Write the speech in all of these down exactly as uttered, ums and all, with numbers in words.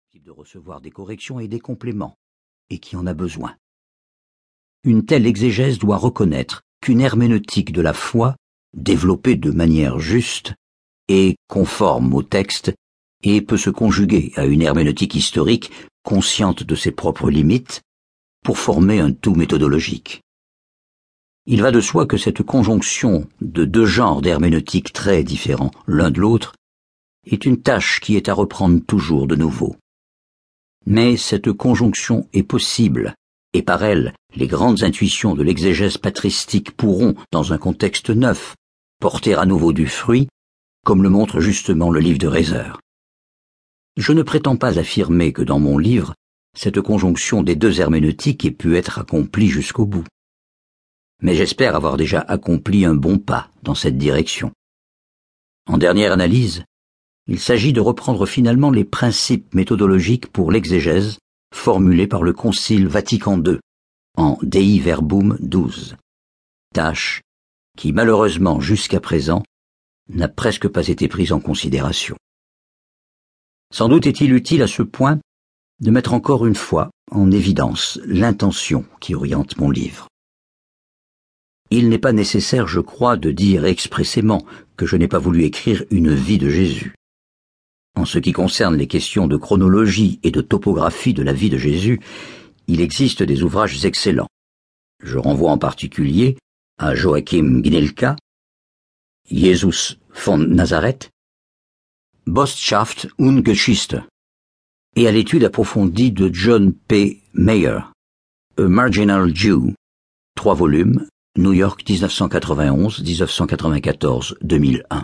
susceptible de recevoir des corrections et des compléments, et qui en a besoin. Une telle exégèse doit reconnaître qu'une herméneutique de la foi, développée de manière juste, est conforme au texte et peut se conjuguer à une herméneutique historique consciente de ses propres limites pour former un tout méthodologique. Il va de soi que cette conjonction de deux genres d'herméneutique très différents l'un de l'autre est une tâche qui est à reprendre toujours de nouveau. Mais cette conjonction est possible, et par elle, les grandes intuitions de l'exégèse patristique pourront, dans un contexte neuf, porter à nouveau du fruit, comme le montre justement le livre de Reiser. Je ne prétends pas affirmer que dans mon livre, cette conjonction des deux herméneutiques ait pu être accomplie jusqu'au bout. Mais j'espère avoir déjà accompli un bon pas dans cette direction. En dernière analyse, il s'agit de reprendre finalement les principes méthodologiques pour l'exégèse formulés par le Concile Vatican deux en Dei Verbum douze, tâche qui malheureusement jusqu'à présent n'a presque pas été prise en considération. Sans doute est-il utile à ce point de mettre encore une fois en évidence l'intention qui oriente mon livre. Il n'est pas nécessaire, je crois, de dire expressément que je n'ai pas voulu écrire une vie de Jésus. En ce qui concerne les questions de chronologie et de topographie de la vie de Jésus, il existe des ouvrages excellents. Je renvoie en particulier à Joachim Gnilka, Jesus von Nazareth, Botschaft und Geschichte, et à l'étude approfondie de John P. Mayer, A Marginal Jew, trois volumes, New York dix-neuf cent quatre-vingt-onze à dix-neuf cent quatre-vingt-quatorze à deux mille un.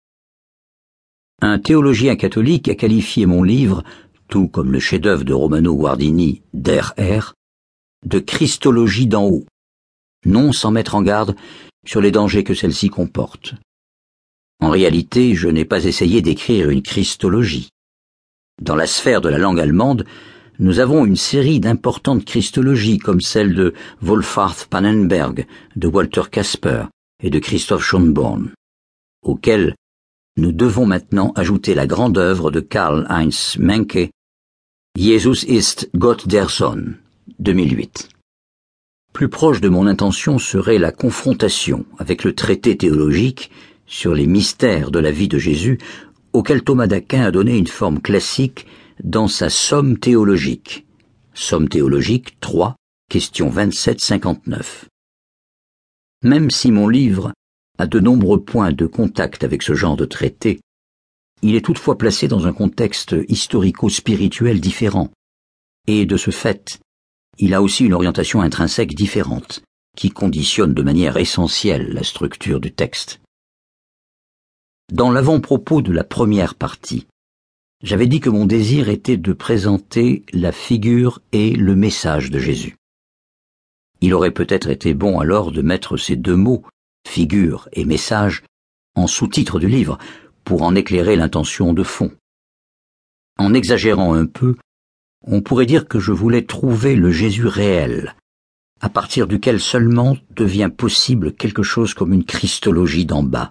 Un théologien catholique a qualifié mon livre, tout comme le chef-d'œuvre de Romano Guardini, Der R, de christologie d'en haut, non sans mettre en garde sur les dangers que celle-ci comporte. En réalité, je n'ai pas essayé d'écrire une christologie. Dans la sphère de la langue allemande, nous avons une série d'importantes christologies comme celle de Wolfhard Pannenberg, de Walter Kasper et de Christoph Schönborn, auxquelles nous devons maintenant ajouter la grande œuvre de Karl-Heinz Menke, Jesus ist Gott der Sohn, deux mille huit. Plus proche de mon intention serait la confrontation avec le traité théologique sur les mystères de la vie de Jésus, auquel Thomas d'Aquin a donné une forme classique dans sa Somme théologique. Somme théologique trois, question vingt-sept cinquante-neuf. Même si mon livre a de nombreux points de contact avec ce genre de traité, il est toutefois placé dans un contexte historico-spirituel différent, et de ce fait, il a aussi une orientation intrinsèque différente, qui conditionne de manière essentielle la structure du texte. Dans l'avant-propos de la première partie, j'avais dit que mon désir était de présenter la figure et le message de Jésus. Il aurait peut-être été bon alors de mettre ces deux mots, figure et message, en sous-titre du livre, pour en éclairer l'intention de fond. En exagérant un peu, on pourrait dire que je voulais trouver le Jésus réel, à partir duquel seulement devient possible quelque chose comme une christologie d'en bas.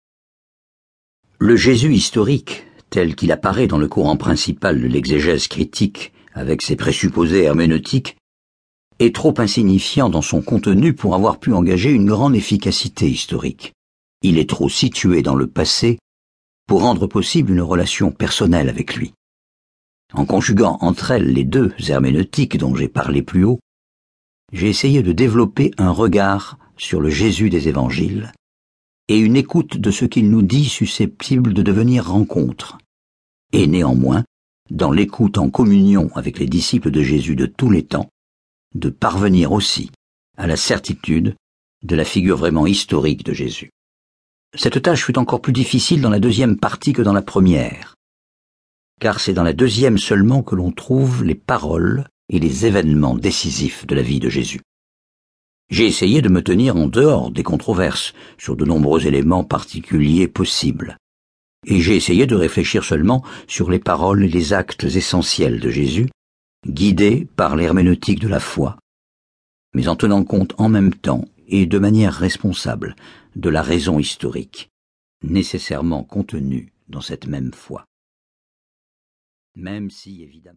Le Jésus historique, tel qu'il apparaît dans le courant principal de l'exégèse critique avec ses présupposés herméneutiques, est trop insignifiant dans son contenu pour avoir pu engager une grande efficacité historique. Il est trop situé dans le passé pour rendre possible une relation personnelle avec lui. En conjuguant entre elles les deux herméneutiques dont j'ai parlé plus haut, j'ai essayé de développer un regard sur le Jésus des évangiles et une écoute de ce qu'il nous dit susceptible de devenir rencontre, et néanmoins, dans l'écoute en communion avec les disciples de Jésus de tous les temps, de parvenir aussi à la certitude de la figure vraiment historique de Jésus. Cette tâche fut encore plus difficile dans la deuxième partie que dans la première, car c'est dans la deuxième seulement que l'on trouve les paroles et les événements décisifs de la vie de Jésus. J'ai essayé de me tenir en dehors des controverses sur de nombreux éléments particuliers possibles, et j'ai essayé de réfléchir seulement sur les paroles et les actes essentiels de Jésus, guidés par l'herméneutique de la foi, mais en tenant compte en même temps et de manière responsable de la raison historique, nécessairement contenue dans cette même foi. Même si, évidemment,